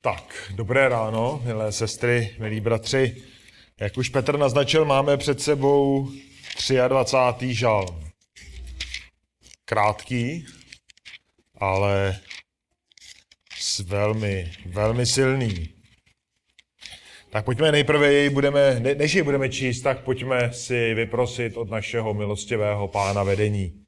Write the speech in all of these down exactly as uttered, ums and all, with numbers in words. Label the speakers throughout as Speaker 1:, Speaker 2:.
Speaker 1: Tak, dobré ráno, milé sestry, milí bratři. Jak už Petr naznačil, máme před sebou dvacátý třetí žalm. Krátký, ale velmi, velmi silný. Tak pojďme nejprve jej budeme, než jej budeme číst, tak pojďme si vyprosit od našeho milostivého Pána vedení.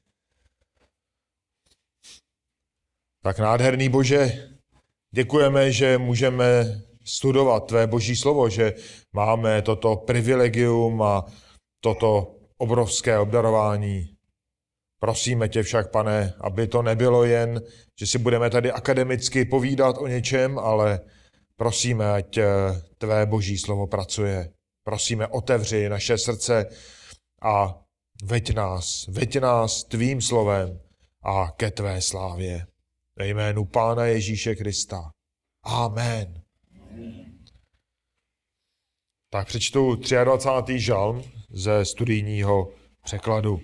Speaker 1: Tak nádherný Bože, děkujeme, že můžeme studovat tvé Boží slovo, že máme toto privilegium a toto obrovské obdarování. Prosíme tě však, Pane, aby to nebylo jen, že si budeme tady akademicky povídat o něčem, ale prosíme, ať tvé Boží slovo pracuje. Prosíme, otevři naše srdce a veď nás, veď nás tvým slovem a ke tvé slávě. Ve jménu Pána Ježíše Krista. Amen. Tak přečtu dvacátý třetí žalm ze studijního překladu.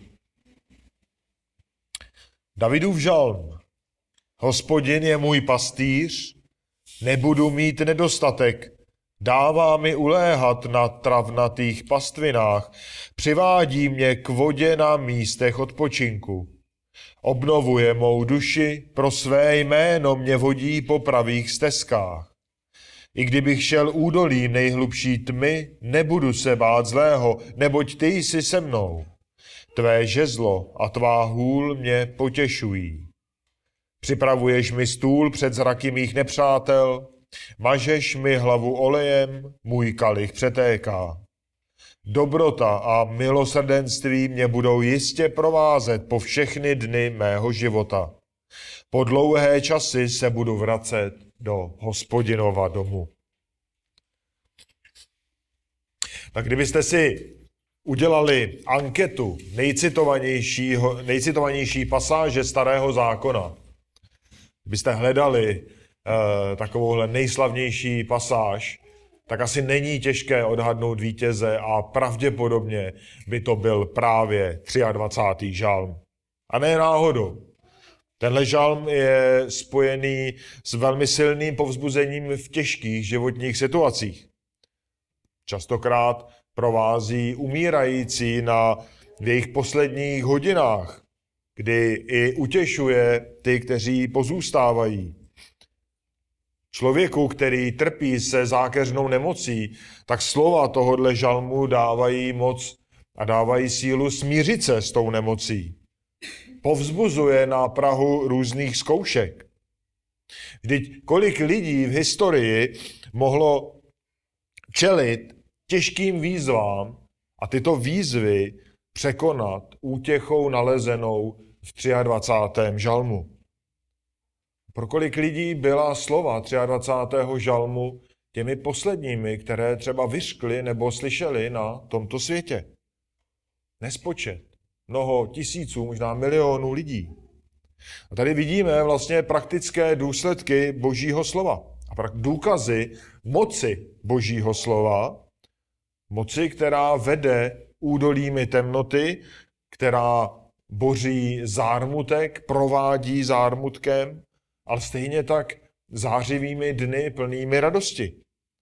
Speaker 1: Davidův žalm. Hospodin je můj pastýř, nebudu mít nedostatek, dává mi uléhat na travnatých pastvinách, přivádí mě k vodě na místech odpočinku. Obnovuje mou duši, pro své jméno mě vodí po pravých stezkách. I kdybych šel údolím nejhlubší tmy, nebudu se bát zlého, neboť ty jsi se mnou. Tvé žezlo a tvá hůl mě potěšují. Připravuješ mi stůl před zraky mých nepřátel, mažeš mi hlavu olejem, můj kalich přetéká. Dobrota a milosrdenství mě budou jistě provázet po všechny dny mého života. Po dlouhé časy se budu vracet do Hospodinova domu. Tak kdybyste si udělali anketu nejcitovanějšího, nejcitovanější pasáže Starého zákona, kdybyste hledali uh, takovouhle nejslavnější pasáž, tak asi není těžké odhadnout vítěze a pravděpodobně by to byl právě dvacátý třetí žalm. A ne náhodou. Tenhle žalm je spojený s velmi silným povzbuzením v těžkých životních situacích. Častokrát provází umírající na v jejich posledních hodinách, kdy i utěšuje ty, kteří pozůstávají. Člověku, který trpí se zákeřnou nemocí, tak slova tohodle žalmu dávají moc a dávají sílu smířit se s tou nemocí. Povzbuzuje na prahu různých zkoušek. Vždyť kolik lidí v historii mohlo čelit těžkým výzvám a tyto výzvy překonat útěchou nalezenou v dvacátém třetím žalmu. Pro kolik lidí byla slova dvacátého třetího žalmu těmi posledními, které třeba vyřkli nebo slyšeli na tomto světě? Nespočet. Mnoho tisíců, možná milionů lidí. A tady vidíme vlastně praktické důsledky Božího slova. A důkazy moci Božího slova, moci, která vede údolími temnoty, která boří zármutek, provádí zármutkem, ale stejně tak zářivými dny plnými radosti.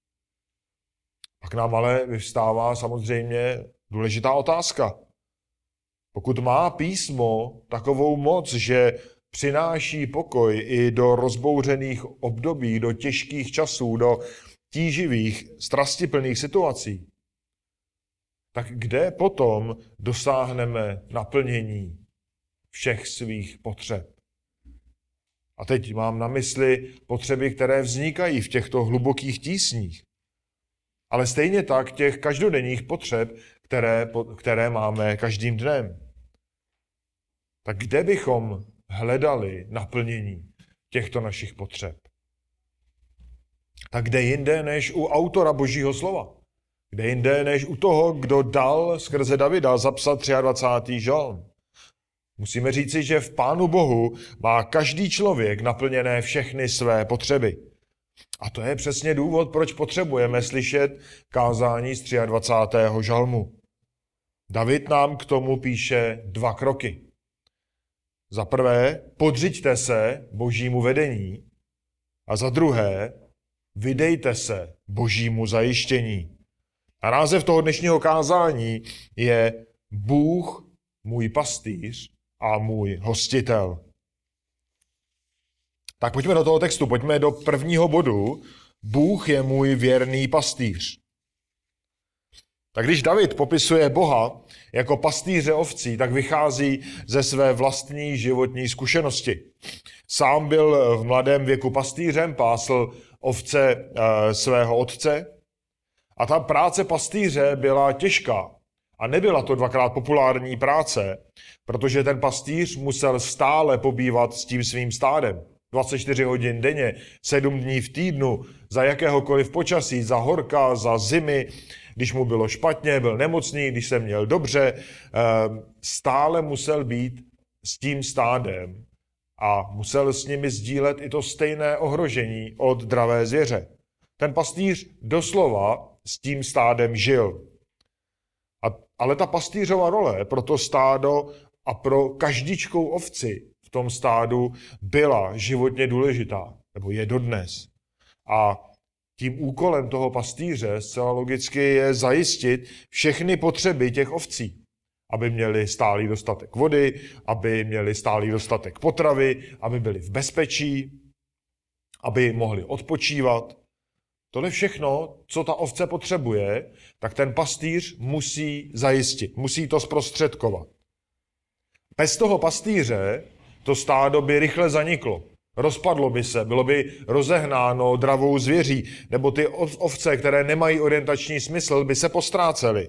Speaker 1: Pak nám ale vyvstává samozřejmě důležitá otázka. Pokud má písmo takovou moc, že přináší pokoj i do rozbouřených období, do těžkých časů, do tíživých, strastiplných situací, tak kde potom dosáhneme naplnění všech svých potřeb? A teď mám na mysli potřeby, které vznikají v těchto hlubokých tísních. Ale stejně tak těch každodenních potřeb, které, které máme každým dnem. Tak kde bychom hledali naplnění těchto našich potřeb? Tak kde jinde než u autora Božího slova? Kde jinde než u toho, kdo dal skrze Davida zapsat dvacátý třetí žalm? Musíme říci, že v Pánu Bohu má každý člověk naplněné všechny své potřeby. A to je přesně důvod, proč potřebujeme slyšet kázání z dvacátého třetího žalmu. David nám k tomu píše dva kroky. Za prvé, podřiďte se Božímu vedení a za druhé, vydejte se božímu zajištění. A název toho dnešního kázání je Bůh, můj pastýř a můj hostitel. Tak pojďme do toho textu, pojďme do prvního bodu. Bůh je můj věrný pastýř. Tak když David popisuje Boha jako pastýře ovcí, tak vychází ze své vlastní životní zkušenosti. Sám byl v mladém věku pastýřem, pásl ovce e, svého otce a ta práce pastýře byla těžká. A nebyla to dvakrát populární práce, protože ten pastýř musel stále pobývat s tím svým stádem. dvacet čtyři hodin denně, sedm dní v týdnu, za jakéhokoliv počasí, za horka, za zimy, když mu bylo špatně, byl nemocný, když se měl dobře, stále musel být s tím stádem a musel s nimi sdílet i to stejné ohrožení od dravé zvěře. Ten pastýř doslova s tím stádem žil. A, ale ta pastýřova role pro to stádo a pro každičkou ovci v tom stádu byla životně důležitá, nebo je dodnes. A tím úkolem toho pastýře zcela logicky je zajistit všechny potřeby těch ovcí, aby měli stálý dostatek vody, aby měli stálý dostatek potravy, aby byli v bezpečí, aby mohli odpočívat. Tohle všechno, co ta ovce potřebuje, tak ten pastýř musí zajistit, musí to zprostředkovat. Bez toho pastýře to stádo by rychle zaniklo. Rozpadlo by se, bylo by rozehnáno dravou zvěří, nebo ty ovce, které nemají orientační smysl, by se postrácely.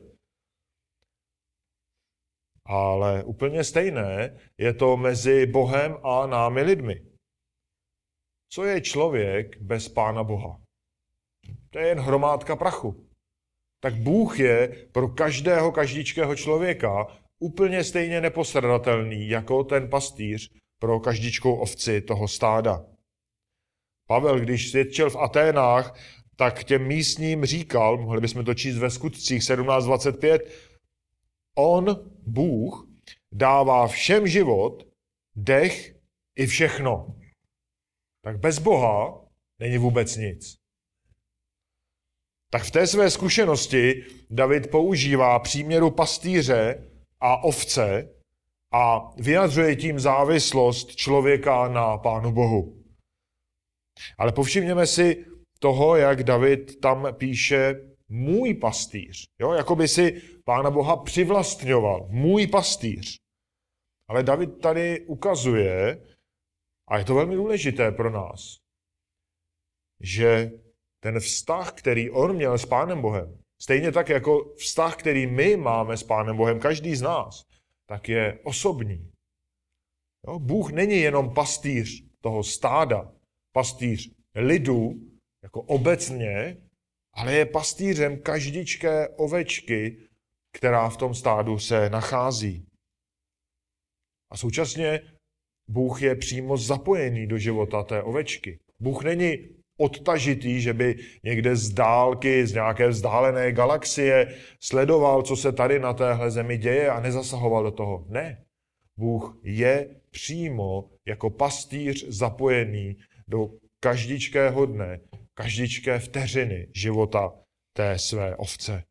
Speaker 1: Ale úplně stejné je to mezi Bohem a námi lidmi. Co je člověk bez Pána Boha? To je jen hromádka prachu. Tak Bůh je pro každého každičkého člověka úplně stejně nepostradatelný jako ten pastýř pro každičkou ovci toho stáda. Pavel, když svědčil v Aténách, tak těm místním říkal, mohli bychom to číst ve Skutcích sedmnáct dvacet pět, on, Bůh, dává všem život, dech i všechno. Tak bez Boha není vůbec nic. Tak v té své zkušenosti David používá příměru pastýře a ovce a vyjadřuje tím závislost člověka na Pánu Bohu. Ale povšimněme si toho, jak David tam píše můj pastýř. Jo? Jakoby si Pána Boha přivlastňoval. Můj pastýř. Ale David tady ukazuje, a je to velmi důležité pro nás, že ten vztah, který on měl s Pánem Bohem, stejně tak jako vztah, který my máme s Pánem Bohem, každý z nás, tak je osobní. Jo? Bůh není jenom pastýř toho stáda, pastýř lidu, jako obecně, ale je pastýřem každičké ovečky, která v tom stádu se nachází. A současně Bůh je přímo zapojený do života té ovečky. Bůh není odtažitý, že by někde z dálky, z nějaké vzdálené galaxie sledoval, co se tady na téhle zemi děje a nezasahoval do toho. Ne. Bůh je přímo jako pastýř zapojený do každičkého dne, každičké vteřiny života té své ovce.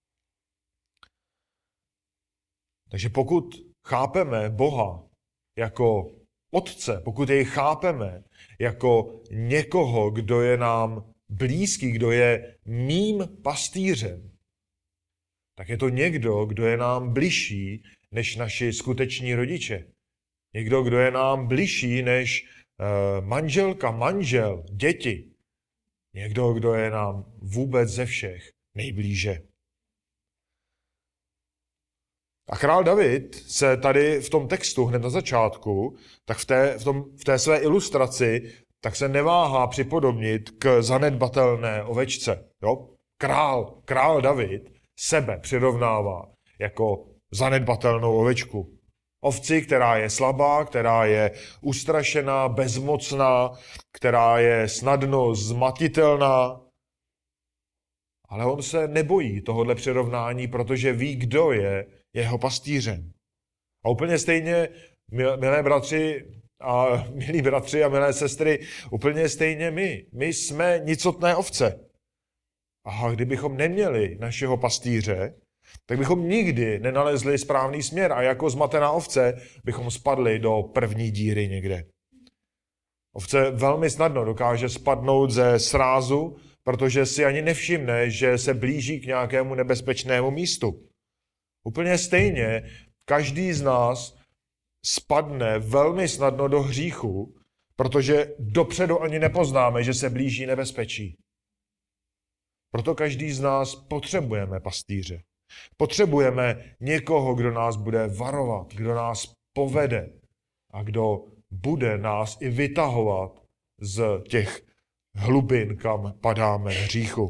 Speaker 1: Takže pokud chápeme Boha jako Otce, pokud jej chápeme jako někoho, kdo je nám blízký, kdo je mým pastýřem, tak je to někdo, kdo je nám bližší než naši skuteční rodiče. Někdo, kdo je nám bližší než uh, manželka, manžel, děti. Někdo, kdo je nám vůbec ze všech nejblíže. A král David se tady v tom textu hned na začátku, tak v té, v tom, v té své ilustraci, tak se neváhá připodobnit k zanedbatelné ovečce. Jo? Král, král David sebe přirovnává jako zanedbatelnou ovečku. Ovci, která je slabá, která je ustrašená, bezmocná, která je snadno zmatitelná. Ale on se nebojí tohohle přirovnání, protože ví, kdo je jeho pastýřem. A úplně stejně, milé bratři, A milí bratři a milé sestry, úplně stejně my. My jsme nicotné ovce. A kdybychom neměli našeho pastýře, tak bychom nikdy nenalezli správný směr a jako zmatená ovce bychom spadli do první díry někde. Ovce velmi snadno dokáže spadnout ze srázu, protože si ani nevšimne, že se blíží k nějakému nebezpečnému místu. Úplně stejně každý z nás spadne velmi snadno do hříchu, protože dopředu ani nepoznáme, že se blíží nebezpečí. Proto každý z nás potřebujeme pastýře. Potřebujeme někoho, kdo nás bude varovat, kdo nás povede a kdo bude nás i vytahovat z těch hlubin, kam padáme v hříchu.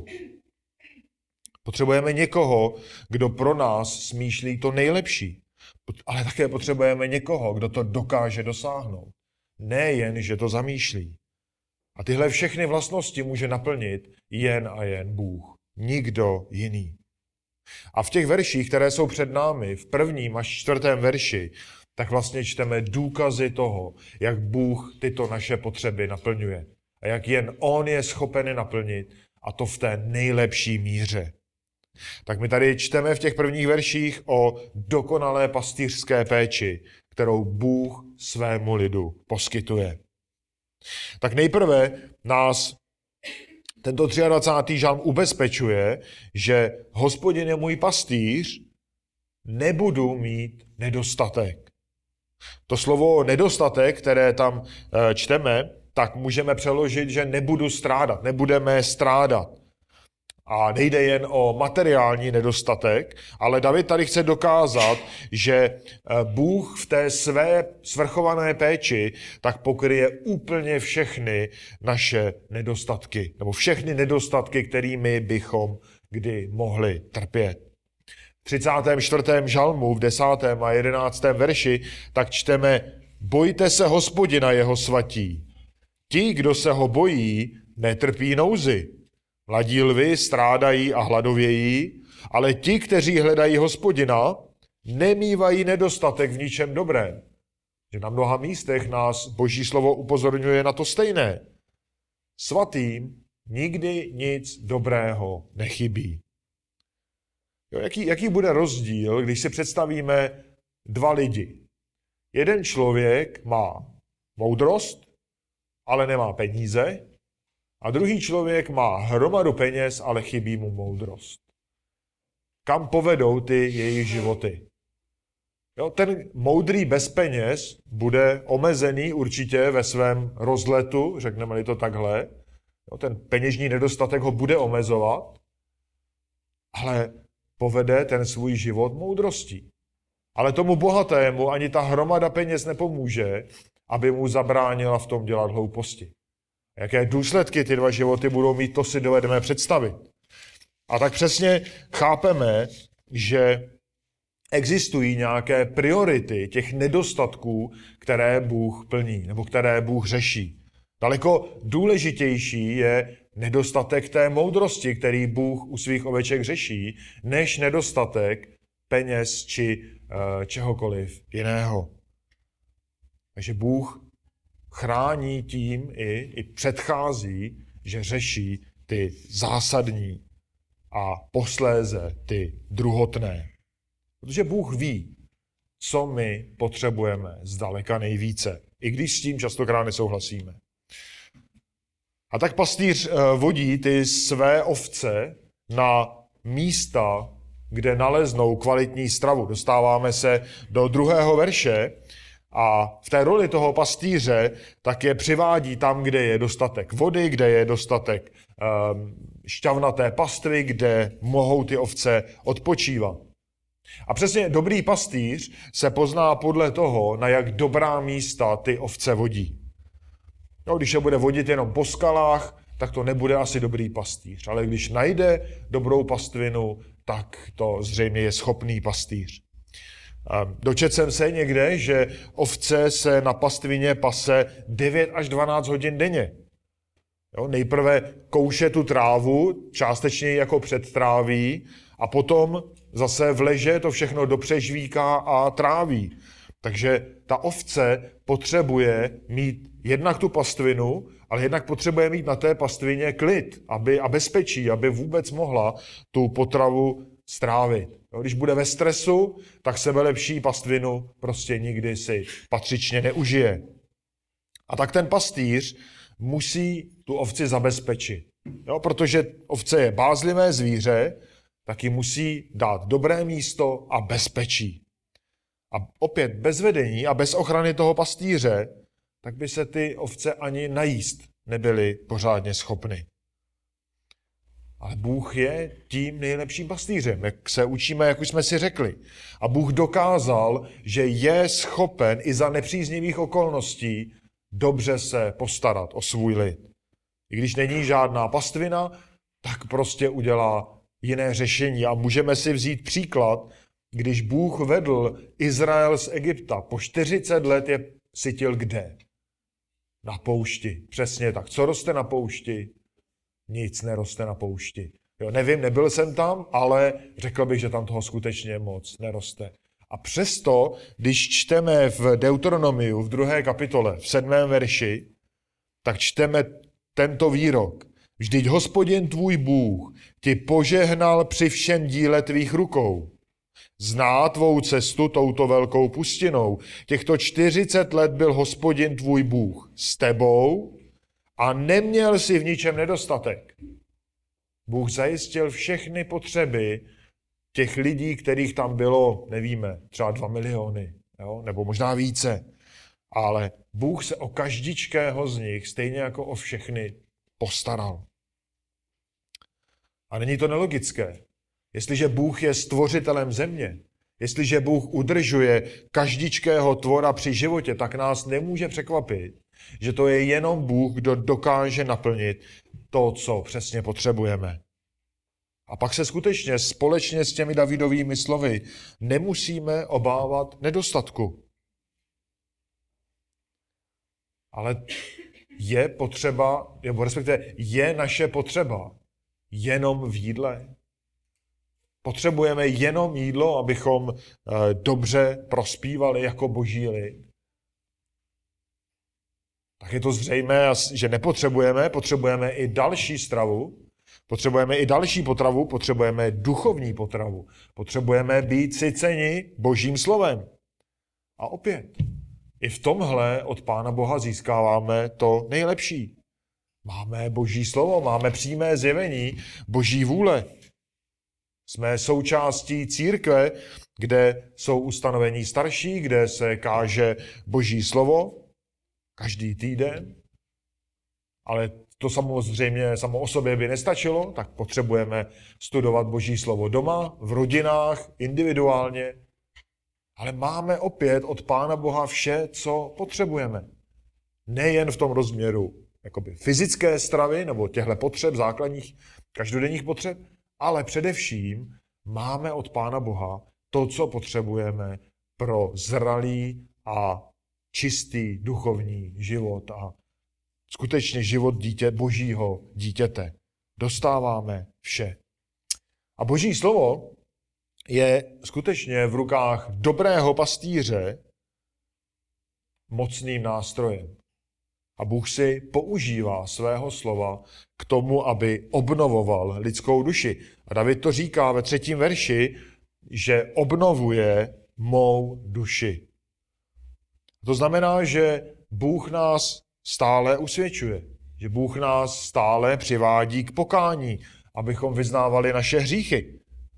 Speaker 1: Potřebujeme někoho, kdo pro nás smýšlí to nejlepší, ale také potřebujeme někoho, kdo to dokáže dosáhnout. Ne jen, že to zamýšlí. A tyhle všechny vlastnosti může naplnit jen a jen Bůh. Nikdo jiný. A v těch verších, které jsou před námi, v prvním až čtvrtém verši, tak vlastně čteme důkazy toho, jak Bůh tyto naše potřeby naplňuje. A jak jen On je schopen je naplnit, a to v té nejlepší míře. Tak my tady čteme v těch prvních verších o dokonalé pastýřské péči, kterou Bůh svému lidu poskytuje. Tak nejprve nás tento dvacátý třetí žalm ubezpečuje, že Hospodin je můj pastýř, nebudu mít nedostatek. To slovo nedostatek, které tam čteme, tak můžeme přeložit, že nebudu strádat, nebudeme strádat. A nejde jen o materiální nedostatek, ale David tady chce dokázat, že Bůh v té své svrchované péči tak pokryje úplně všechny naše nedostatky, nebo všechny nedostatky, kterými bychom kdy mohli trpět. V třicátém čtvrtém žalmu, v desátém a jedenáctém verši, tak čteme: Bojte se Hospodina, jeho svatí. Ti, kdo se ho bojí, netrpí nouzi. Mladí lvi strádají a hladovějí, ale ti, kteří hledají Hospodina, nemývají nedostatek v ničem dobrém. Že na mnoha místech nás Boží slovo upozorňuje na to stejné. Svatým nikdy nic dobrého nechybí. Jo, jaký, jaký bude rozdíl, když si představíme dva lidi? Jeden člověk má moudrost, ale nemá peníze, a druhý člověk má hromadu peněz, ale chybí mu moudrost. Kam povedou ty jejich životy? Jo, ten moudrý bez peněz bude omezený určitě ve svém rozletu, řekneme-li to takhle. Jo, ten peněžní nedostatek ho bude omezovat, ale povede ten svůj život moudrostí. Ale tomu bohatému ani ta hromada peněz nepomůže, aby mu zabránila v tom dělat hlouposti. Jaké důsledky ty dva životy budou mít, to si dovedeme představit. A tak přesně chápeme, že existují nějaké priority těch nedostatků, které Bůh plní, nebo které Bůh řeší. Daleko důležitější je nedostatek té moudrosti, který Bůh u svých oveček řeší, než nedostatek peněz či uh, čehokoliv jiného. Takže Bůh chrání tím i, i předchází, že řeší ty zásadní a posléze ty druhotné. Protože Bůh ví, co my potřebujeme zdaleka nejvíce, i když s tím častokrát nesouhlasíme. A tak pastýř vodí ty své ovce na místa, kde naleznou kvalitní stravu. Dostáváme se do druhého verše a v té roli toho pastýře tak je přivádí tam, kde je dostatek vody, kde je dostatek um, šťavnaté pastvy, kde mohou ty ovce odpočívat. A přesně dobrý pastýř se pozná podle toho, na jak dobrá místa ty ovce vodí. No, když je bude vodit jenom po skalách, tak to nebude asi dobrý pastýř. Ale když najde dobrou pastvinu, tak to zřejmě je schopný pastýř. Dočetl jsem se někde, že ovce se na pastvině pase devět až dvanáct hodin denně. Jo, nejprve kouše tu trávu, částečně jako předtráví, a potom zase v leže to všechno dopřežvíká a tráví. Takže ta ovce potřebuje mít jednak tu pastvinu, ale jednak potřebuje mít na té pastvině klid aby, a bezpečí, aby vůbec mohla tu potravu strávit. Když bude ve stresu, tak sebelepší pastvinu prostě nikdy si patřičně neužije. A tak ten pastýř musí tu ovci zabezpečit. Jo, protože ovce je bázlivé zvíře, tak ji musí dát dobré místo a bezpečí. A opět bez vedení a bez ochrany toho pastýře, tak by se ty ovce ani najíst nebyly pořádně schopny. Ale Bůh je tím nejlepším pastýřem, jak se učíme, jak už jsme si řekli. A Bůh dokázal, že je schopen i za nepříznivých okolností dobře se postarat o svůj lid. I když není žádná pastvina, tak prostě udělá jiné řešení. A můžeme si vzít příklad, když Bůh vedl Izrael z Egypta. Po čtyřicet let je sytil kde? Na poušti. Přesně tak. Co roste na poušti? Nic neroste na poušti. Jo, nevím, nebyl jsem tam, ale řekl bych, že tam toho skutečně moc neroste. A přesto, když čteme v Deuteronomiu v druhé kapitole, v sedmém verši, tak čteme tento výrok. Vždyť Hospodin tvůj Bůh ti požehnal při všem díle tvých rukou. Zná tvou cestu touto velkou pustinou. Těchto čtyřicet let byl Hospodin tvůj Bůh s tebou a neměl si v ničem nedostatek. Bůh zajistil všechny potřeby těch lidí, kterých tam bylo, nevíme, třeba dva miliony, jo? Nebo možná více. Ale Bůh se o každičkého z nich, stejně jako o všechny, postaral. A není to nelogické. Jestliže Bůh je stvořitelem země, jestliže Bůh udržuje každičkého tvora při životě, tak nás nemůže překvapit, že to je jenom Bůh, kdo dokáže naplnit to, co přesně potřebujeme. A pak se skutečně společně s těmi Davidovými slovy nemusíme obávat nedostatku. Ale je potřeba, nebo respektive je naše potřeba jenom v jídle? Potřebujeme jenom jídlo, abychom dobře prospívali jako boží lid? Tak je to zřejmé, že nepotřebujeme, potřebujeme i další stravu, potřebujeme i další potravu, potřebujeme duchovní potravu, potřebujeme být syceni božím slovem. A opět, i v tomhle od Pána Boha získáváme to nejlepší. Máme boží slovo, máme přímé zjevení boží vůle. Jsme součástí církve, kde jsou ustanovení starší, kde se káže boží slovo každý týden, ale to samozřejmě samo o sobě by nestačilo, tak potřebujeme studovat boží slovo doma, v rodinách, individuálně, ale máme opět od Pána Boha vše, co potřebujeme. Nejen v tom rozměru jakoby fyzické stravy nebo těchto potřeb, základních každodenních potřeb, ale především máme od Pána Boha to, co potřebujeme pro zralý a čistý duchovní život a skutečně život dítě, božího dítěte. Dostáváme vše. A boží slovo je skutečně v rukách dobrého pastýře mocným nástrojem. A Bůh si používá svého slova k tomu, aby obnovoval lidskou duši. A David to říká ve třetím verši, že obnovuje mou duši. To znamená, že Bůh nás stále usvědčuje, že Bůh nás stále přivádí k pokání, abychom vyznávali naše hříchy.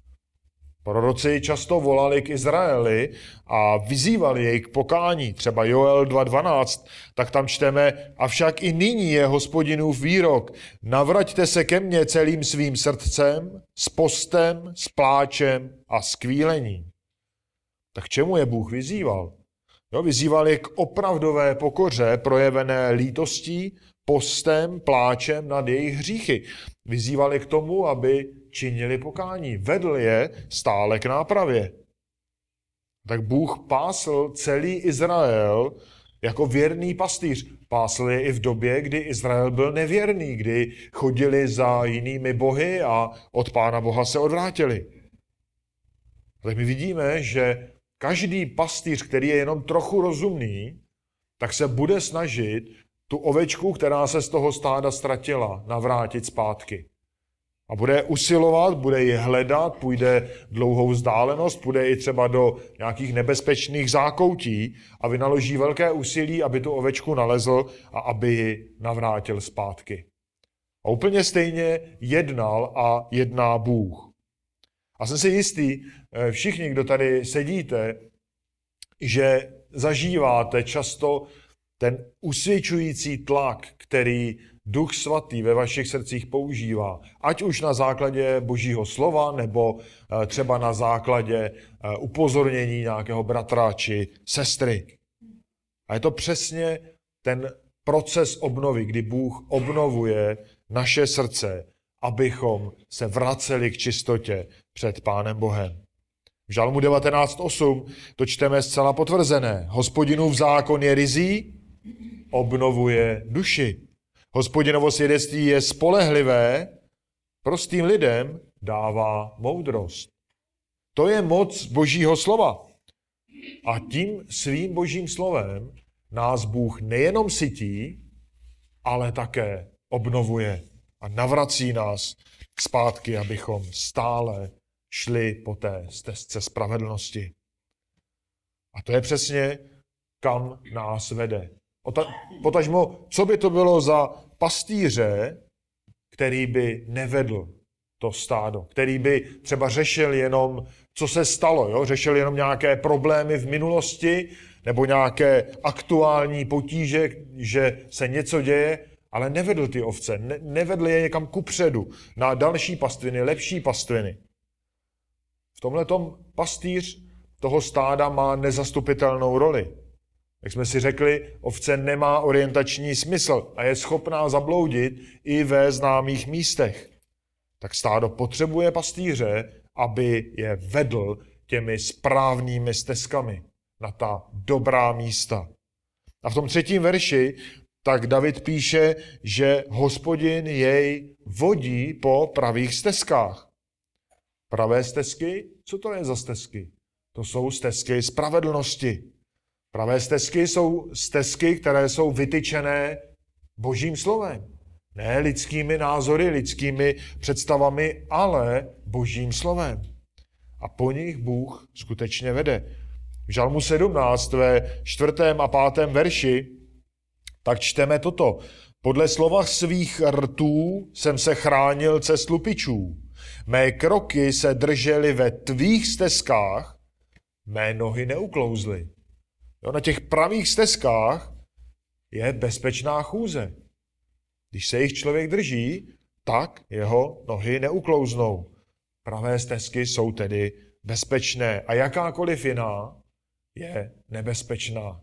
Speaker 1: Proroci často volali k Izraeli a vyzývali jej k pokání. Třeba Joel dva dvanáct, tak tam čteme, avšak i nyní je Hospodinův výrok, navraťte se ke mně celým svým srdcem, s postem, s pláčem a s kvílením. Tak k čemu je Bůh vyzýval? Jo, vyzýval je k opravdové pokoře projevené lítostí, postem, pláčem nad jejich hříchy. Vyzýval je k tomu, aby činili pokání. Vedl je stále k nápravě. Tak Bůh pásl celý Izrael jako věrný pastýř. Pásl je i v době, kdy Izrael byl nevěrný, kdy chodili za jinými bohy a od Pána Boha se odvrátili. Tak my vidíme, že každý pastýř, který je jenom trochu rozumný, tak se bude snažit tu ovečku, která se z toho stáda ztratila, navrátit zpátky. A bude usilovat, bude ji hledat, půjde dlouhou vzdálenost, půjde i třeba do nějakých nebezpečných zákoutí a vynaloží velké úsilí, aby tu ovečku nalezl a aby ji navrátil zpátky. A úplně stejně jednal a jedná Bůh. A jsem si jistý, všichni, kdo tady sedíte, že zažíváte často ten usvědčující tlak, který Duch Svatý ve vašich srdcích používá, ať už na základě Božího slova, nebo třeba na základě upozornění nějakého bratra či sestry. A je to přesně ten proces obnovy, kdy Bůh obnovuje naše srdce, abychom se vraceli k čistotě před Pánem Bohem. V Žalmu devatenáct osm to čteme zcela potvrzené. Hospodinův zákon je ryzí, obnovuje duši. Hospodinovo svědectví je spolehlivé, prostým lidem dává moudrost. To je moc Božího slova. A tím svým Božím slovem nás Bůh nejenom sytí, ale také obnovuje a navrací nás zpátky, abychom stále šli po té stezce spravedlnosti. A to je přesně, kam nás vede. Potažmo, co by to bylo za pastýře, který by nevedl to stádo, který by třeba řešil jenom, co se stalo, jo? Řešil jenom nějaké problémy v minulosti nebo nějaké aktuální potíže, že se něco děje, ale nevedl ty ovce, ne- nevedl je někam kupředu, na další pastviny, lepší pastviny. V tomhletom pastýř toho stáda má nezastupitelnou roli. Jak jsme si řekli, ovce nemá orientační smysl a je schopná zabloudit i ve známých místech. Tak stádo potřebuje pastýře, aby je vedl těmi správnými stezkami na ta dobrá místa. A v tom třetím verši tak David píše, že Hospodin jej vodí po pravých stezkách. Pravé stezky? Co to je za stezky? To jsou stezky spravedlnosti. Pravé stezky jsou stezky, které jsou vytyčené Božím slovem. Ne lidskými názory, lidskými představami, ale Božím slovem. A po nich Bůh skutečně vede. V Žalmu sedmnáct ve čtvrtém a pátém verši tak čteme toto. Podle slova svých rtů jsem se chránil cest lupičů. Mé kroky se držely ve tvých stezkách, mé nohy neuklouzly. Jo, na těch pravých stezkách je bezpečná chůze. Když se jich člověk drží, tak jeho nohy neuklouznou. Pravé stezky jsou tedy bezpečné a jakákoliv jiná je nebezpečná.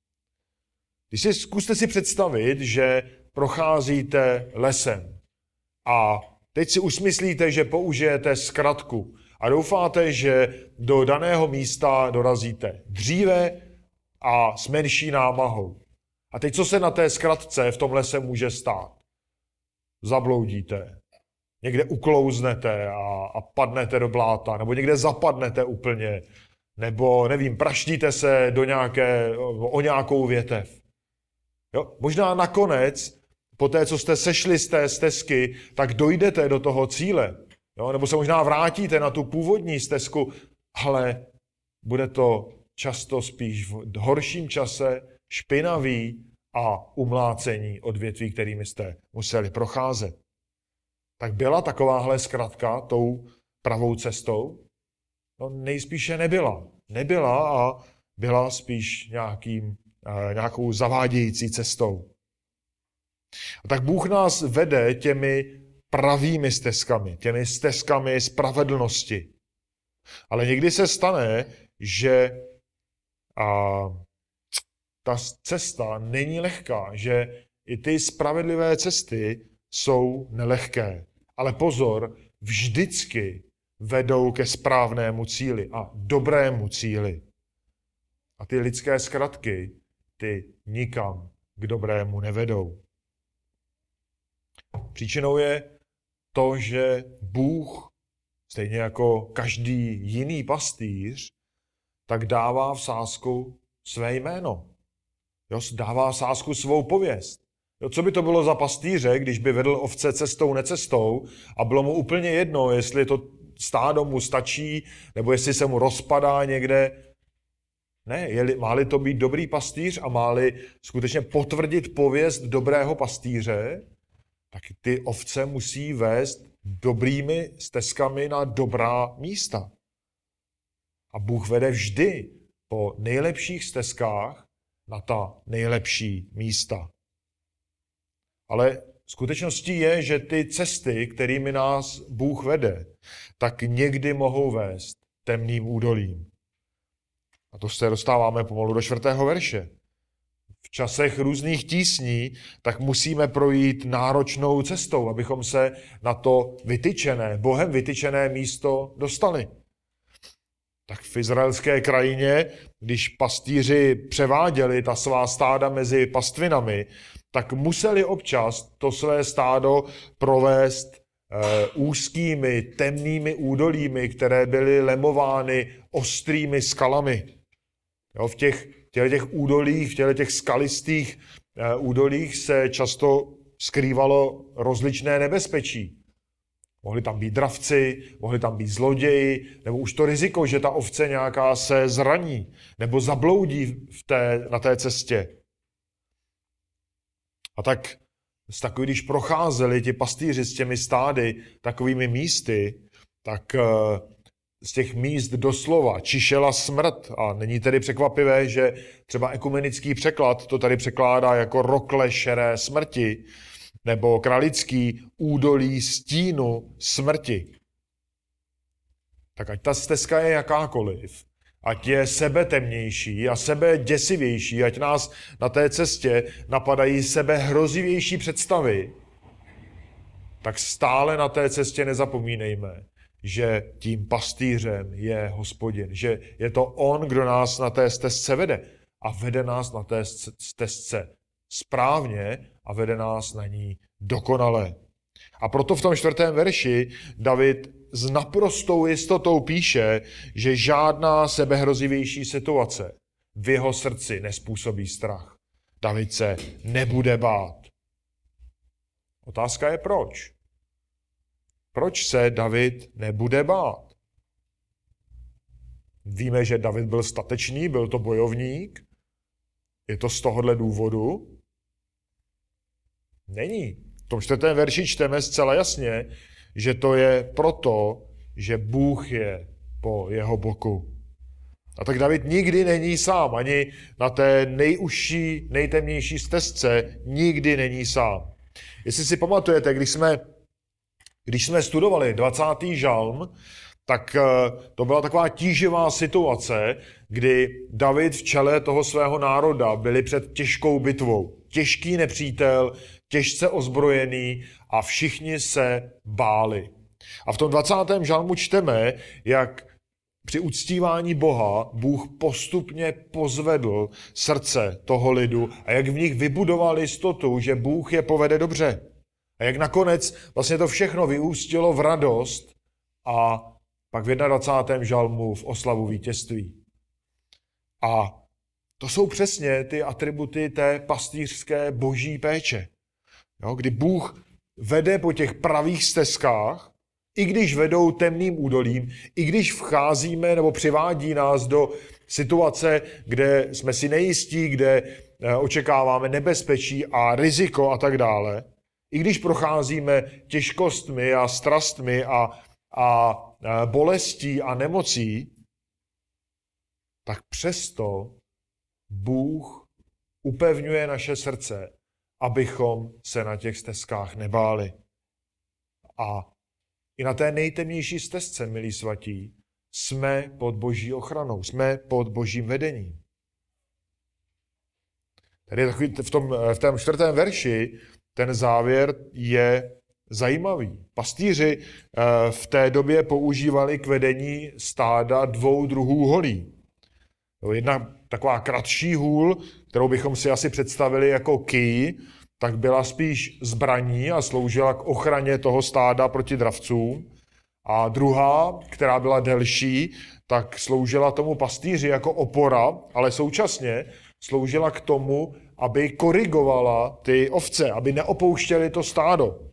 Speaker 1: Když si, zkuste si představit, že procházíte lesem a teď si usmyslíte, že použijete zkratku a doufáte, že do daného místa dorazíte dříve a s menší námahou. A teď co se na té zkratce v tom lese může stát? Zabloudíte, někde uklouznete a, a padnete do bláta, nebo někde zapadnete úplně, nebo nevím, praštíte se do nějaké, o nějakou větev. Jo? Možná nakonec, po té, co jste sešli z té stezky, tak dojdete do toho cíle. Jo? Nebo se možná vrátíte na tu původní stezku, ale bude to často spíš v horším čase špinavý a umlácení odvětví, kterými jste museli procházet. Tak byla takováhle zkratka tou pravou cestou? No nejspíše nebyla. Nebyla a byla spíš nějakým, nějakou zavádějící cestou. A tak Bůh nás vede těmi pravými stezkami, těmi stezkami spravedlnosti. Ale někdy se stane, že a, ta cesta není lehká, že i ty spravedlivé cesty jsou nelehké. Ale pozor, vždycky vedou ke správnému cíli a dobrému cíli. A ty lidské zkratky, ty nikam k dobrému nevedou. Příčinou je to, že Bůh, stejně jako každý jiný pastýř, tak dává v sázku své jméno. Jo, dává v sázku svou pověst. Jo, co by to bylo za pastýře, když by vedl ovce cestou, necestou a bylo mu úplně jedno, jestli to stádo mu stačí, nebo jestli se mu rozpadá někde. Ne, je-li, má-li to být dobrý pastýř a má-li skutečně potvrdit pověst dobrého pastýře, tak ty ovce musí vést dobrými stezkami na dobrá místa. A Bůh vede vždy po nejlepších stezkách na ta nejlepší místa. Ale skutečností je, že ty cesty, kterými nás Bůh vede, tak někdy mohou vést temným údolím. A to se dostáváme pomalu do čtvrtého verše. V časech různých tísní, tak musíme projít náročnou cestou, abychom se na to vytyčené, Bohem vytyčené místo dostali. Tak v izraelské krajině, když pastýři převáděli ta svá stáda mezi pastvinami, tak museli občas to své stádo provést eh, úzkými, temnými údolími, které byly lemovány ostrými skalami. Jo, v těch, těch, těch údolích, v těch, těch skalistých eh, údolích se často skrývalo rozličné nebezpečí. Mohli tam být dravci, mohli tam být zloději, nebo už to riziko, že ta ovce nějaká se zraní, nebo zabloudí v té, na té cestě. A tak, takový, když procházeli ti pastýři s těmi stády takovými místy, tak z těch míst doslova čišela smrt. A není tedy překvapivé, že třeba ekumenický překlad to tady překládá jako rokle šeré smrti, nebo kralický údolí stínu smrti. Tak ať ta stezka je jakákoliv, ať je sebe temnější a sebe děsivější, ať nás na té cestě napadají sebe hrozivější představy, tak stále na té cestě nezapomínejme, že tím pastýřem je Hospodin, že je to on, kdo nás na té stezce vede a vede nás na té stezce správně a vede nás na ní dokonale. A proto v tom čtvrtém verši David s naprostou jistotou píše, že žádná sebehrozivější situace v jeho srdci nespůsobí strach. David se nebude bát. Otázka je proč. Proč se David nebude bát? Víme, že David byl statečný, byl to bojovník. Je to z tohohle důvodu? Není. V tom čtvrtém verši čteme zcela jasně, že to je proto, že Bůh je po jeho boku. A tak David nikdy není sám, ani na té nejužší, nejtemnější stezce nikdy není sám. Jestli si pamatujete, když jsme, když jsme studovali dvacátý žalm, tak to byla taková tíživá situace, kdy David v čele toho svého národa byli před těžkou bitvou. Těžký nepřítel, těžce ozbrojený a všichni se báli. A v tom dvacátém žalmu čteme, jak při uctívání Boha Bůh postupně pozvedl srdce toho lidu a jak v nich vybudoval jistotu, že Bůh je povede dobře. A jak nakonec vlastně to všechno vyústilo v radost a pak v dvacátém prvním žalmu v oslavu vítězství. A to jsou přesně ty atributy té pastýřské boží péče. Jo, kdy Bůh vede po těch pravých stezkách, i když vedou temným údolím, i když vcházíme nebo přivádí nás do situace, kde jsme si nejistí, kde očekáváme nebezpečí a riziko a tak dále, i když procházíme těžkostmi a strastmi a, a bolestí a nemocí, tak přesto Bůh upevňuje naše srdce, abychom se na těch stezkách nebáli. A i na té nejtemnější stezce, milí svatí, jsme pod boží ochranou, jsme pod božím vedením. Tady takový v tom, v tom čtvrtém verši ten závěr je zajímavý. Pastýři v té době používali k vedení stáda dvou druhů holí. Jedna taková kratší hůl, kterou bychom si asi představili jako kij, tak byla spíš zbraní a sloužila k ochraně toho stáda proti dravcům. A druhá, která byla delší, tak sloužila tomu pastýři jako opora, ale současně sloužila k tomu, aby korigovala ty ovce, aby neopouštěli to stádo.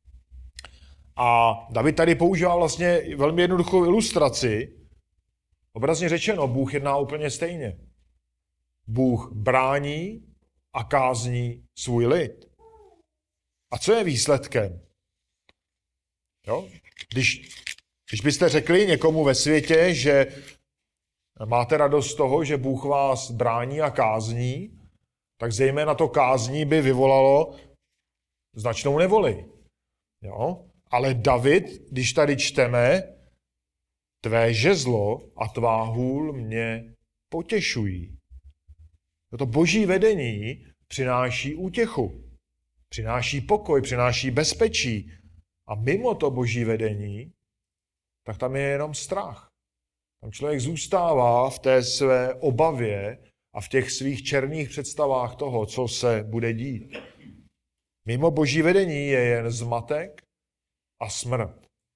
Speaker 1: A David tady používá vlastně velmi jednoduchou ilustraci. Obrazně řečeno, Bůh jedná úplně stejně. Bůh brání a kázní svůj lid. A co je výsledkem? Jo? Když, když byste řekli někomu ve světě, že máte radost z toho, že Bůh vás brání a kázní, tak zejména to kázní by vyvolalo značnou nevoli. Jo? Ale David, když tady čteme, tvé žezlo a tvá hůl mě potěšují. To boží vedení přináší útěchu, přináší pokoj, přináší bezpečí. A mimo to boží vedení, tak tam je jenom strach. Tam člověk zůstává v té své obavě a v těch svých černých představách toho, co se bude dít. Mimo boží vedení je jen zmatek a smrt.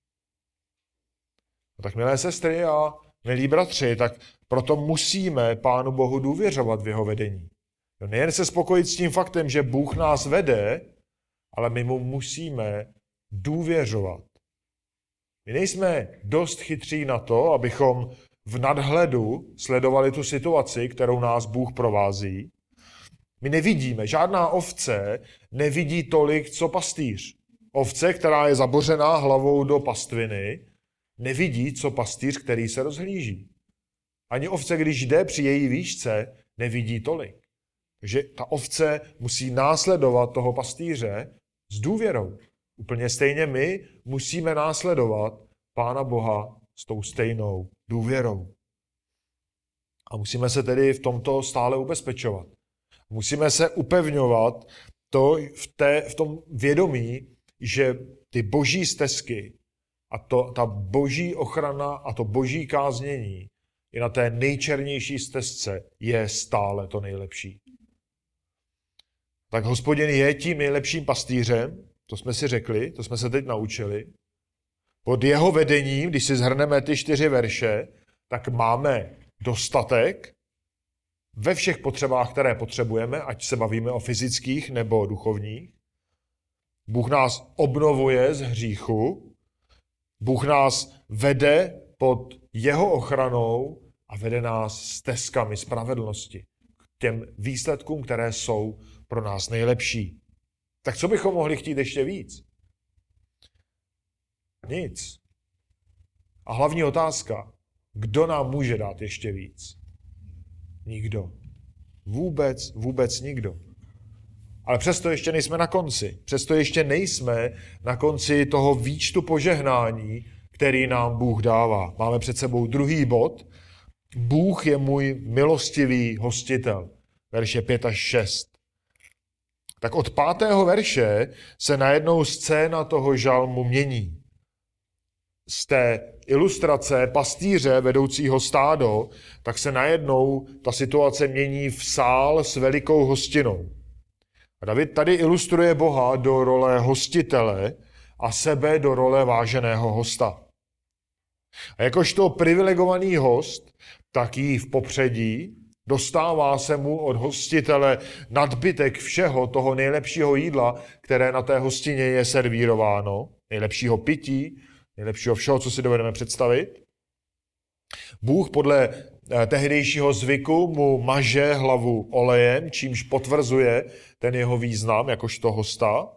Speaker 1: No tak milé sestry a milí bratři, tak proto musíme Pánu Bohu důvěřovat v jeho vedení. No nejen se spokojit s tím faktem, že Bůh nás vede, ale my mu musíme důvěřovat. My nejsme dost chytří na to, abychom v nadhledu sledovali tu situaci, kterou nás Bůh provází. My nevidíme, žádná ovce nevidí tolik, co pastýř. Ovce, která je zabořená hlavou do pastviny, nevidí, co pastýř, který se rozhlíží. Ani ovce, když jde při její výšce, nevidí tolik. Takže ta ovce musí následovat toho pastýře s důvěrou. Úplně stejně my musíme následovat Pána Boha s tou stejnou důvěrou. A musíme se tedy v tomto stále ubezpečovat. Musíme se upevňovat to v, té, v tom vědomí, že ty boží stezky a to, ta boží ochrana a to boží káznění i na té nejčernější stezce je stále to nejlepší. Tak Hospodin je tím nejlepším pastýřem, to jsme si řekli, to jsme se teď naučili. Pod jeho vedením, když si shrneme ty čtyři verše, tak máme dostatek ve všech potřebách, které potřebujeme, ať se bavíme o fyzických nebo duchovních. Bůh nás obnovuje z hříchu, Bůh nás vede pod jeho ochranou a vede nás stezkami spravedlnosti k těm výsledkům, které jsou pro nás nejlepší. Tak co bychom mohli chtít ještě víc? Nic. A hlavní otázka, kdo nám může dát ještě víc? Nikdo. Vůbec, vůbec nikdo. Ale přesto ještě nejsme na konci. Přesto ještě nejsme na konci toho výčtu požehnání, který nám Bůh dává. Máme před sebou druhý bod. Bůh je můj milostivý hostitel. Verše pět až šest. Tak od pátého verše se najednou scéna toho žalmu mění. Z té ilustrace pastýře vedoucího stádo, tak se najednou ta situace mění v sál s velikou hostinou. A David tady ilustruje Boha do role hostitele a sebe do role váženého hosta. A jakožto privilegovaný host, tak jí v popředí, dostává se mu od hostitele nadbytek všeho toho nejlepšího jídla, které na té hostině je servírováno, nejlepšího pití, nejlepšího všeho, co si dovedeme představit. Bůh podle tehdejšího zvyku mu maže hlavu olejem, čímž potvrzuje ten jeho význam jakožto hosta.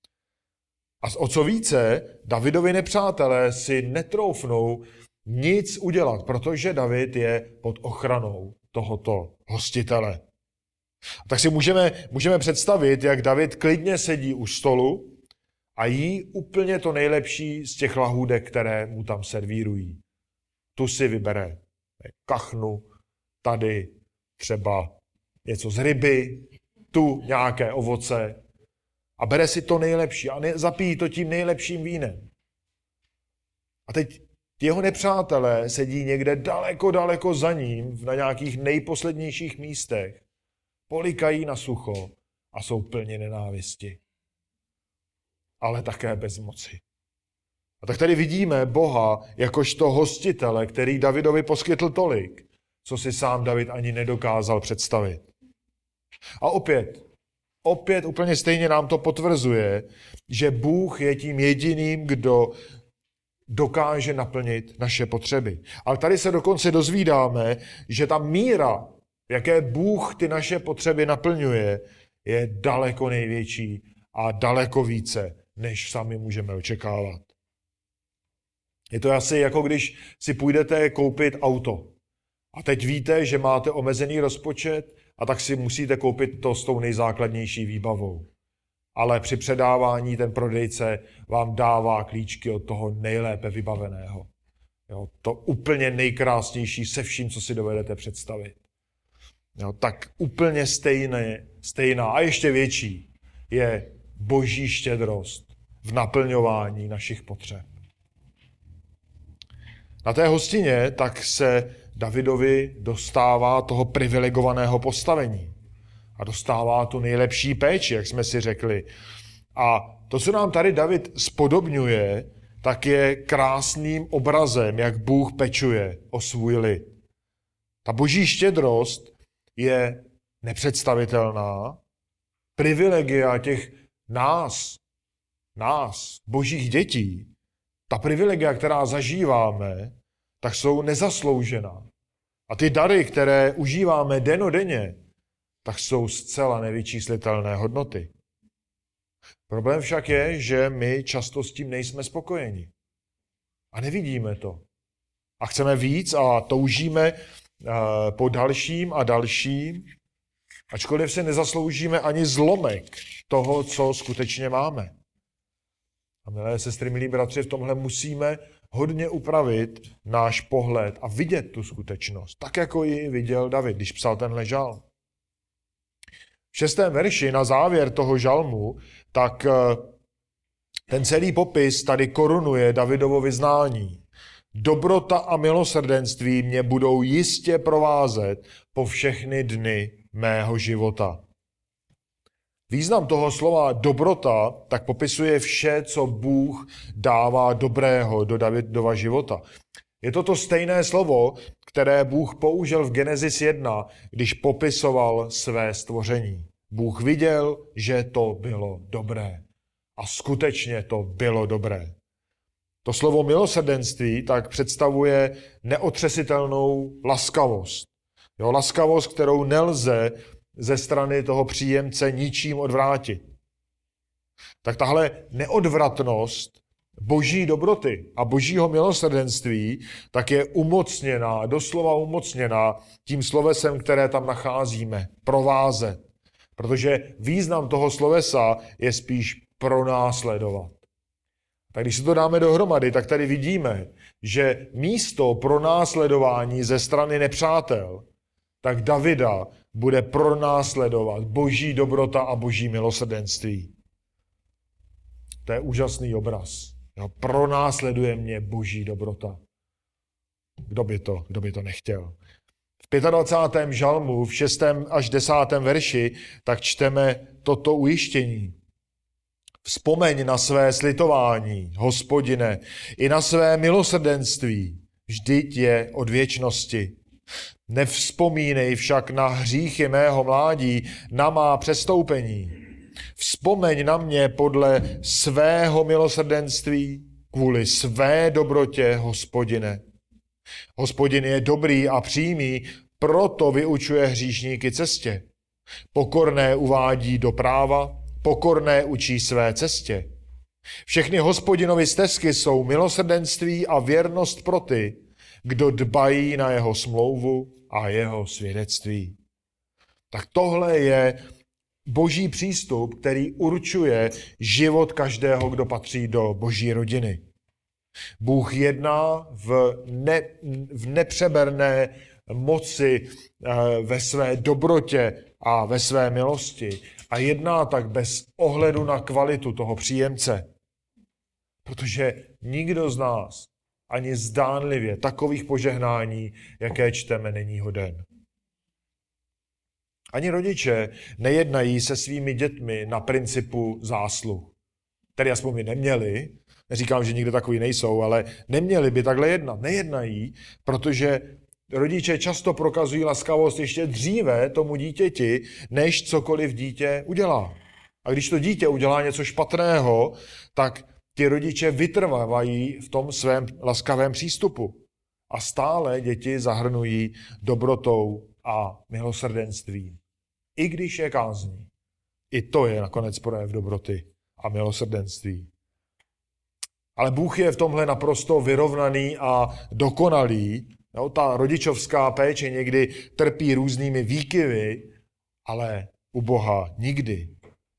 Speaker 1: A o co více, Davidovi nepřátelé si netroufnou nic udělat, protože David je pod ochranou tohoto hostitele. Tak si můžeme, můžeme představit, jak David klidně sedí u stolu a jí úplně to nejlepší z těch lahůdek, které mu tam servírují. Tu si vybere kachnu, tady třeba něco z ryby, tu nějaké ovoce a bere si to nejlepší a ne, zapíjí to tím nejlepším vínem. A teď jeho nepřátelé sedí někde daleko, daleko za ním, na nějakých nejposlednějších místech, polikají na sucho a jsou plně nenávisti. Ale také bez moci. A tak tady vidíme Boha jakožto hostitele, který Davidovi poskytl tolik, co si sám David ani nedokázal představit. A opět, opět úplně stejně nám to potvrzuje, že Bůh je tím jediným, kdo dokáže naplnit naše potřeby. Ale tady se dokonce dozvídáme, že ta míra, jaké Bůh ty naše potřeby naplňuje, je daleko největší a daleko více, než sami můžeme očekávat. Je to asi jako když si půjdete koupit auto. A teď víte, že máte omezený rozpočet a tak si musíte koupit to s tou nejzákladnější výbavou. Ale při předávání ten prodejce vám dává klíčky od toho nejlépe vybaveného. Jo, to úplně nejkrásnější se vším, co si dovedete představit. Jo, tak úplně stejné, stejná a ještě větší je Boží štědrost v naplňování našich potřeb. Na té hostině tak se Davidovi dostává toho privilegovaného postavení. A dostává tu nejlepší péči, jak jsme si řekli. A to, co nám tady David spodobňuje, tak je krásným obrazem, jak Bůh pečuje o svůj lid. Ta boží štědrost je nepředstavitelná. Privilegia těch nás, nás, božích dětí, ta privilegia, která zažíváme, tak jsou nezasloužená. A ty dary, které užíváme dennodenně, tak jsou zcela nevyčíslitelné hodnoty. Problém však je, že my často s tím nejsme spokojeni. A nevidíme to. A chceme víc a toužíme po dalším a dalším, ačkoliv se nezasloužíme ani zlomek toho, co skutečně máme. A milé sestry, milí bratři, v tomhle musíme hodně upravit náš pohled a vidět tu skutečnost, tak jako ji viděl David, když psal tenhle žalm. V šestém verši na závěr toho žalmu, tak ten celý popis tady korunuje Davidovo vyznání. Dobrota a milosrdenství mě budou jistě provázet po všechny dny mého života. Význam toho slova dobrota tak popisuje vše, co Bůh dává dobrého do Davidova života. Je to to stejné slovo, které Bůh použil v Genesis jedna, když popisoval své stvoření. Bůh viděl, že to bylo dobré. A skutečně to bylo dobré. To slovo milosrdenství tak představuje neotřesitelnou laskavost. Jo, laskavost, kterou nelze ze strany toho příjemce ničím odvrátit. Tak tahle neodvratnost boží dobroty a božího milosrdenství tak je umocněná, doslova umocněná tím slovesem, které tam nacházíme, provázet. Protože význam toho slovesa je spíš pronásledovat. Tak když si to dáme dohromady, tak tady vidíme, že místo pronásledování ze strany nepřátel, tak Davida bude pronásledovat boží dobrota a boží milosrdenství. To je úžasný obraz. Jo, pronásleduje mě boží dobrota. Kdo by to, kdo by to nechtěl? V dvacátém pátém žalmu, v šestém až desátém verši, tak čteme toto ujištění. Vzpomeň na své slitování, Hospodine, i na své milosrdenství, vždyť je od věčnosti. Nevzpomínej však na hříchy mého mládí, na má přestoupení. Vzpomeň na mě podle svého milosrdenství, kvůli své dobrotě, Hospodine. Hospodin je dobrý a přímý, proto vyučuje hříšníky cestě. Pokorné uvádí do práva, pokorné učí své cestě. Všechny Hospodinovy stezky jsou milosrdenství a věrnost pro ty, kdo dbají na jeho smlouvu a jeho svědectví. Tak tohle je boží přístup, který určuje život každého, kdo patří do boží rodiny. Bůh jedná v, ne, v nepřeberné moci, ve své dobrotě a ve své milosti a jedná tak bez ohledu na kvalitu toho příjemce. Protože nikdo z nás ani zdánlivě takových požehnání, jaké čteme, není hoden. Ani rodiče nejednají se svými dětmi na principu zásluh. Tedy aspoň by neměli, Neříkám, že nikdo takový nejsou, ale neměli by takhle jednat. Nejednají, protože rodiče často prokazují laskavost ještě dříve tomu dítěti, než cokoliv dítě udělá. A když to dítě udělá něco špatného, tak ti rodiče vytrvávají v tom svém laskavém přístupu. A stále děti zahrnují dobrotou a milosrdenstvím. I když je kázní. I to je nakonec projev dobroty a milosrdenství. Ale Bůh je v tomhle naprosto vyrovnaný a dokonalý. Jo, ta rodičovská péče někdy trpí různými výkyvy, ale u Boha nikdy.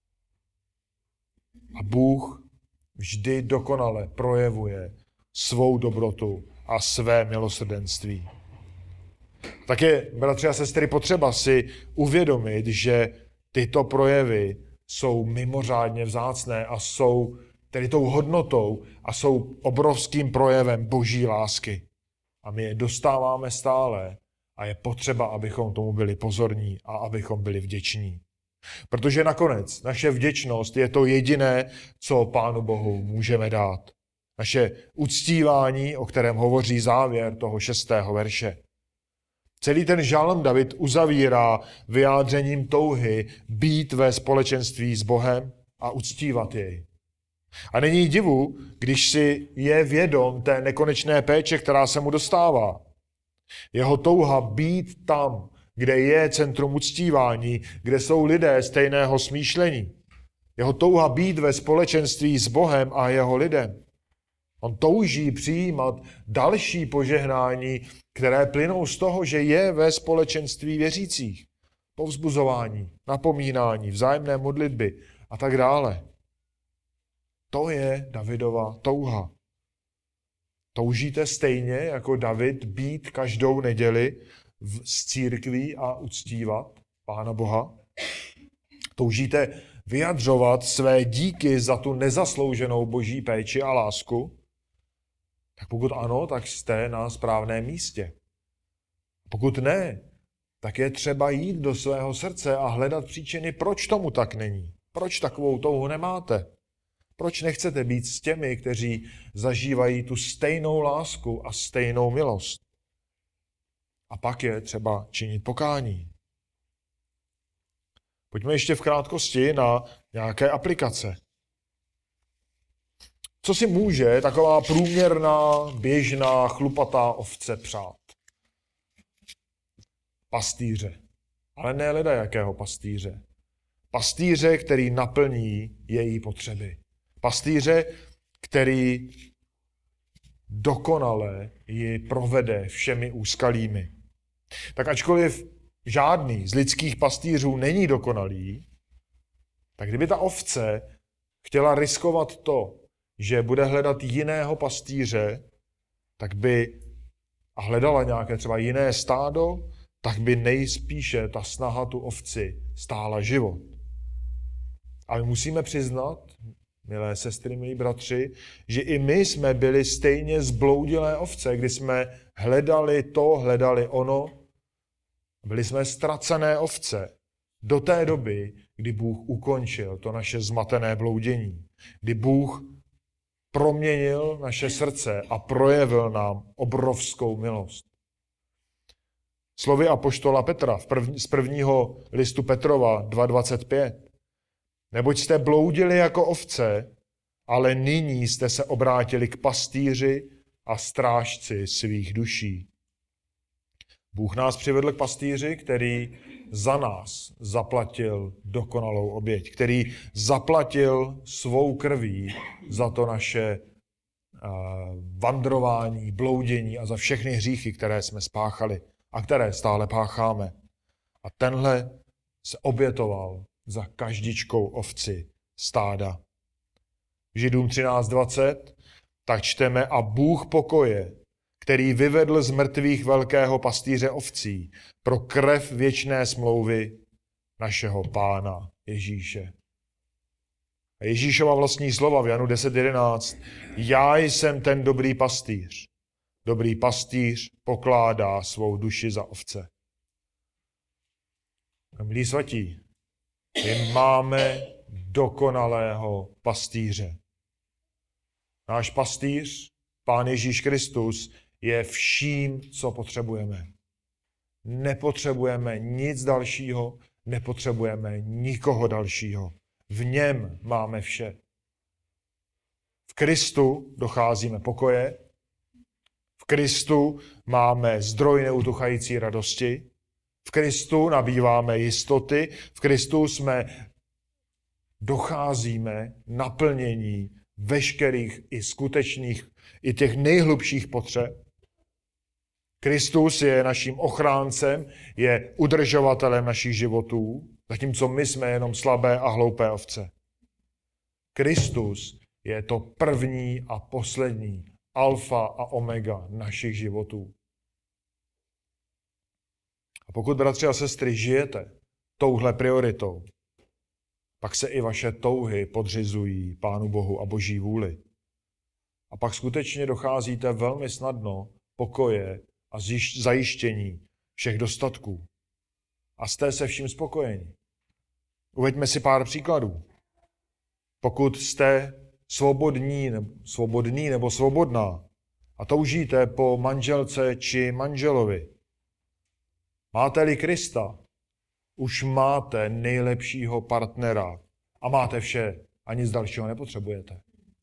Speaker 1: A Bůh vždy dokonale projevuje svou dobrotu a své milosrdenství. Tak je, bratři a sestry, potřeba si uvědomit, že tyto projevy jsou mimořádně vzácné a jsou tedy tou hodnotou a jsou obrovským projevem boží lásky. A my je dostáváme stále a je potřeba, abychom tomu byli pozorní a abychom byli vděční. Protože nakonec naše vděčnost je to jediné, co Pánu Bohu můžeme dát. Naše uctívání, o kterém hovoří závěr toho šestého verše. Celý ten žalm David uzavírá vyjádřením touhy být ve společenství s Bohem a uctívat jej. A není divu, když si je vědom té nekonečné péče, která se mu dostává. Jeho touha být tam, kde je centrum uctívání, kde jsou lidé stejného smýšlení. Jeho touha být ve společenství s Bohem a jeho lidem. On touží přijímat další požehnání, které plynou z toho, že je ve společenství věřících. Povzbuzování, napomínání, vzájemné modlitby a tak dále. To je Davidova touha. Toužíte stejně jako David být každou neděli z církví a uctívat Pána Boha? Toužíte vyjadřovat své díky za tu nezaslouženou boží péči a lásku? Tak pokud ano, tak jste na správném místě. Pokud ne, tak je třeba jít do svého srdce a hledat příčiny, proč tomu tak není. Proč takovou touhu nemáte? Proč nechcete být s těmi, kteří zažívají tu stejnou lásku a stejnou milost? A pak je třeba činit pokání. Pojďme ještě v krátkosti na nějaké aplikace. Co si může taková průměrná, běžná, chlupatá ovce přát? Pastýře. Ale ne leda jakého pastýře. Pastýře, který naplní její potřeby. Pastýře, který dokonale ji provede všemi úskalími. Tak ačkoliv žádný z lidských pastýřů není dokonalý, tak kdyby ta ovce chtěla riskovat to, že bude hledat jiného pastýře, tak by a hledala nějaké třeba jiné stádo, tak by nejspíše ta snaha tu ovci stála život. A my musíme přiznat, milé sestry, milí bratři, že i my jsme byli stejně zbloudilé ovce, kdy jsme hledali to, hledali ono. Byli jsme ztracené ovce do té doby, kdy Bůh ukončil to naše zmatené bloudění. Kdy Bůh proměnil naše srdce a projevil nám obrovskou milost. Slovy apoštola Petra v první, z prvního listu Petrova dva dvacet pět. Neboť jste bloudili jako ovce, ale nyní jste se obrátili k pastýři a strážci svých duší. Bůh nás přivedl k pastýři, který za nás zaplatil dokonalou oběť, který zaplatil svou krví za to naše uh, vandrování, bloudění a za všechny hříchy, které jsme spáchali a které stále pácháme. A tenhle se obětoval za každičkou ovci stáda. Židům třináct dvacet, tak čteme, a Bůh pokoje, který vyvedl z mrtvých velkého pastýře ovcí pro krev věčné smlouvy našeho Pána Ježíše. A Ježíšova vlastní slova v Janu deset jedenáct. Já jsem ten dobrý pastýř. Dobrý pastýř pokládá svou duši za ovce. Milí svatí, my máme dokonalého pastýře. Náš pastýř, Pán Ježíš Kristus, je vším, co potřebujeme. Nepotřebujeme nic dalšího, nepotřebujeme nikoho dalšího. V něm máme vše. V Kristu docházíme pokoje, v Kristu máme zdroj neutuchající radosti, v Kristu nabýváme jistoty, v Kristu jsme docházíme naplnění veškerých i skutečných, i těch nejhlubších potřeb. Kristus je naším ochráncem, je udržovatelem našich životů, zatímco my jsme jenom slabé a hloupé ovce. Kristus je to první a poslední, alfa a omega našich životů. A pokud, bratři a sestry, žijete touhle prioritou, pak se i vaše touhy podřizují Pánu Bohu a Boží vůli. A pak skutečně docházíte velmi snadno pokoje a zajištění všech dostatků. A jste se vším spokojeni. Uveďme si pár příkladů. Pokud jste svobodní, nebo, svobodný nebo svobodná a toužíte po manželce či manželovi, máte-li Krista, už máte nejlepšího partnera a máte vše a nic dalšího nepotřebujete.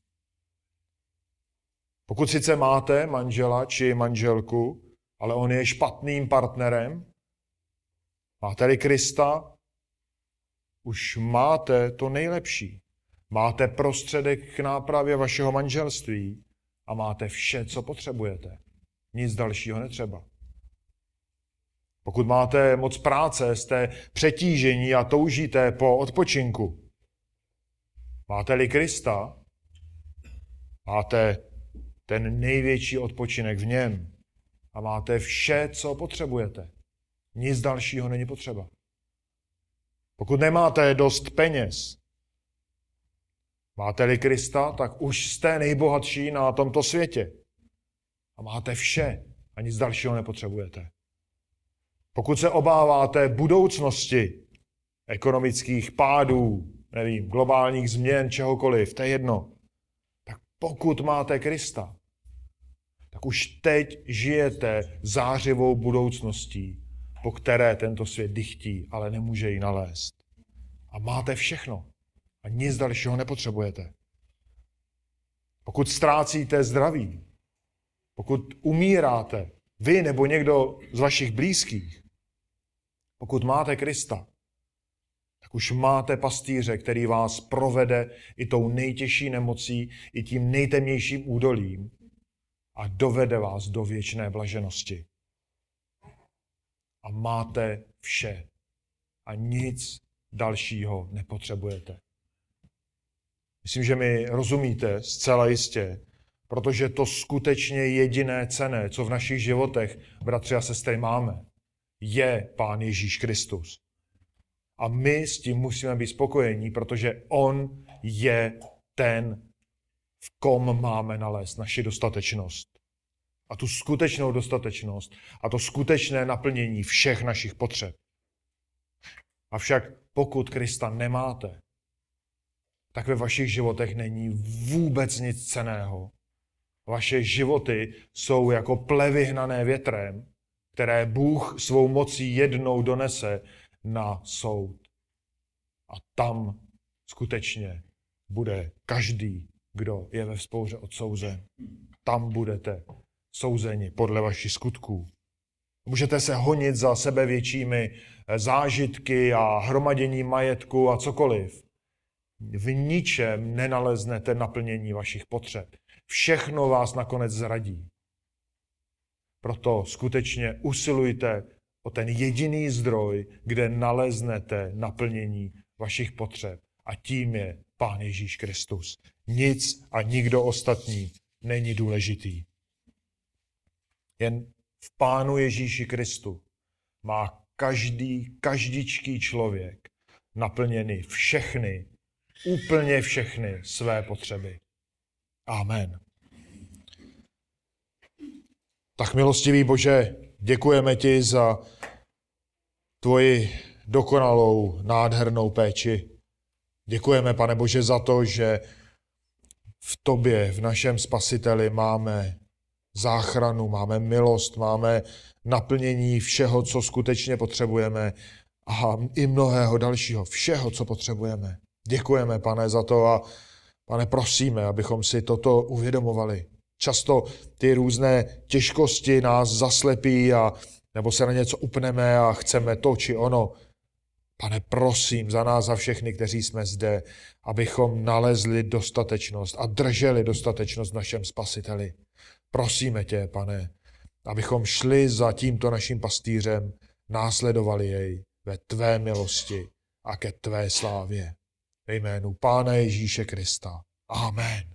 Speaker 1: Pokud sice máte manžela či manželku, ale on je špatným partnerem, máte-li Krista, už máte to nejlepší. Máte prostředek k nápravě vašeho manželství a máte vše, co potřebujete. Nic dalšího netřeba. Pokud máte moc práce, jste přetížení a toužíte po odpočinku. Máte-li Krista, máte ten největší odpočinek v něm a máte vše, co potřebujete. Nic dalšího není potřeba. Pokud nemáte dost peněz, máte-li Krista, tak už jste nejbohatší na tomto světě. A máte vše a nic dalšího nepotřebujete. Pokud se obáváte budoucnosti, ekonomických pádů, nevím, globálních změn, čehokoliv, to je jedno, tak pokud máte Krista, tak už teď žijete zářivou budoucností, po které tento svět dychtí, ale nemůže ji nalézt. A máte všechno. A nic dalšího nepotřebujete. Pokud ztrácíte zdraví, pokud umíráte, vy nebo někdo z vašich blízkých, pokud máte Krista, tak už máte pastýře, který vás provede i tou nejtěžší nemocí, i tím nejtemnějším údolím a dovede vás do věčné blaženosti. A máte vše. A nic dalšího nepotřebujete. Myslím, že mi rozumíte zcela jistě, protože to skutečně jediné cenné, co v našich životech, bratři a sestry, máme, je Pán Ježíš Kristus. A my s tím musíme být spokojení, protože on je ten, v kom máme nalézt naši dostatečnost. A tu skutečnou dostatečnost a to skutečné naplnění všech našich potřeb. Avšak pokud Krista nemáte, tak ve vašich životech není vůbec nic cenného. Vaše životy jsou jako plevy hnané větrem, které Bůh svou mocí jednou donese na soud. A tam skutečně bude každý, kdo je ve vzpouře odsouzen. Tam budete souzeni podle vašich skutků. Můžete se honit za sebevětšími zážitky a hromadění majetku a cokoliv. V ničem nenaleznete naplnění vašich potřeb. Všechno vás nakonec zradí. Proto skutečně usilujte o ten jediný zdroj, kde naleznete naplnění vašich potřeb. A tím je Pán Ježíš Kristus. Nic a nikdo ostatní není důležitý. Jen v Pánu Ježíši Kristu má každý, každičký člověk naplněny všechny, úplně všechny své potřeby. Amen. Tak milostivý Bože, děkujeme ti za tvoji dokonalou, nádhernou péči. Děkujeme, Pane Bože, za to, že v tobě, v našem Spasiteli máme záchranu, máme milost, máme naplnění všeho, co skutečně potřebujeme a i mnohého dalšího, všeho, co potřebujeme. Děkujeme, Pane, za to a Pane, prosíme, abychom si toto uvědomovali. Často ty různé těžkosti nás zaslepí a nebo se na něco upneme a chceme to či ono. Pane, prosím za nás, za všechny, kteří jsme zde, abychom nalezli dostatečnost a drželi dostatečnost v našem Spasiteli. Prosíme tě, Pane, abychom šli za tímto naším pastýřem, následovali jej ve tvé milosti a ke tvé slávě. Ve jménu Pána Ježíše Krista. Amen.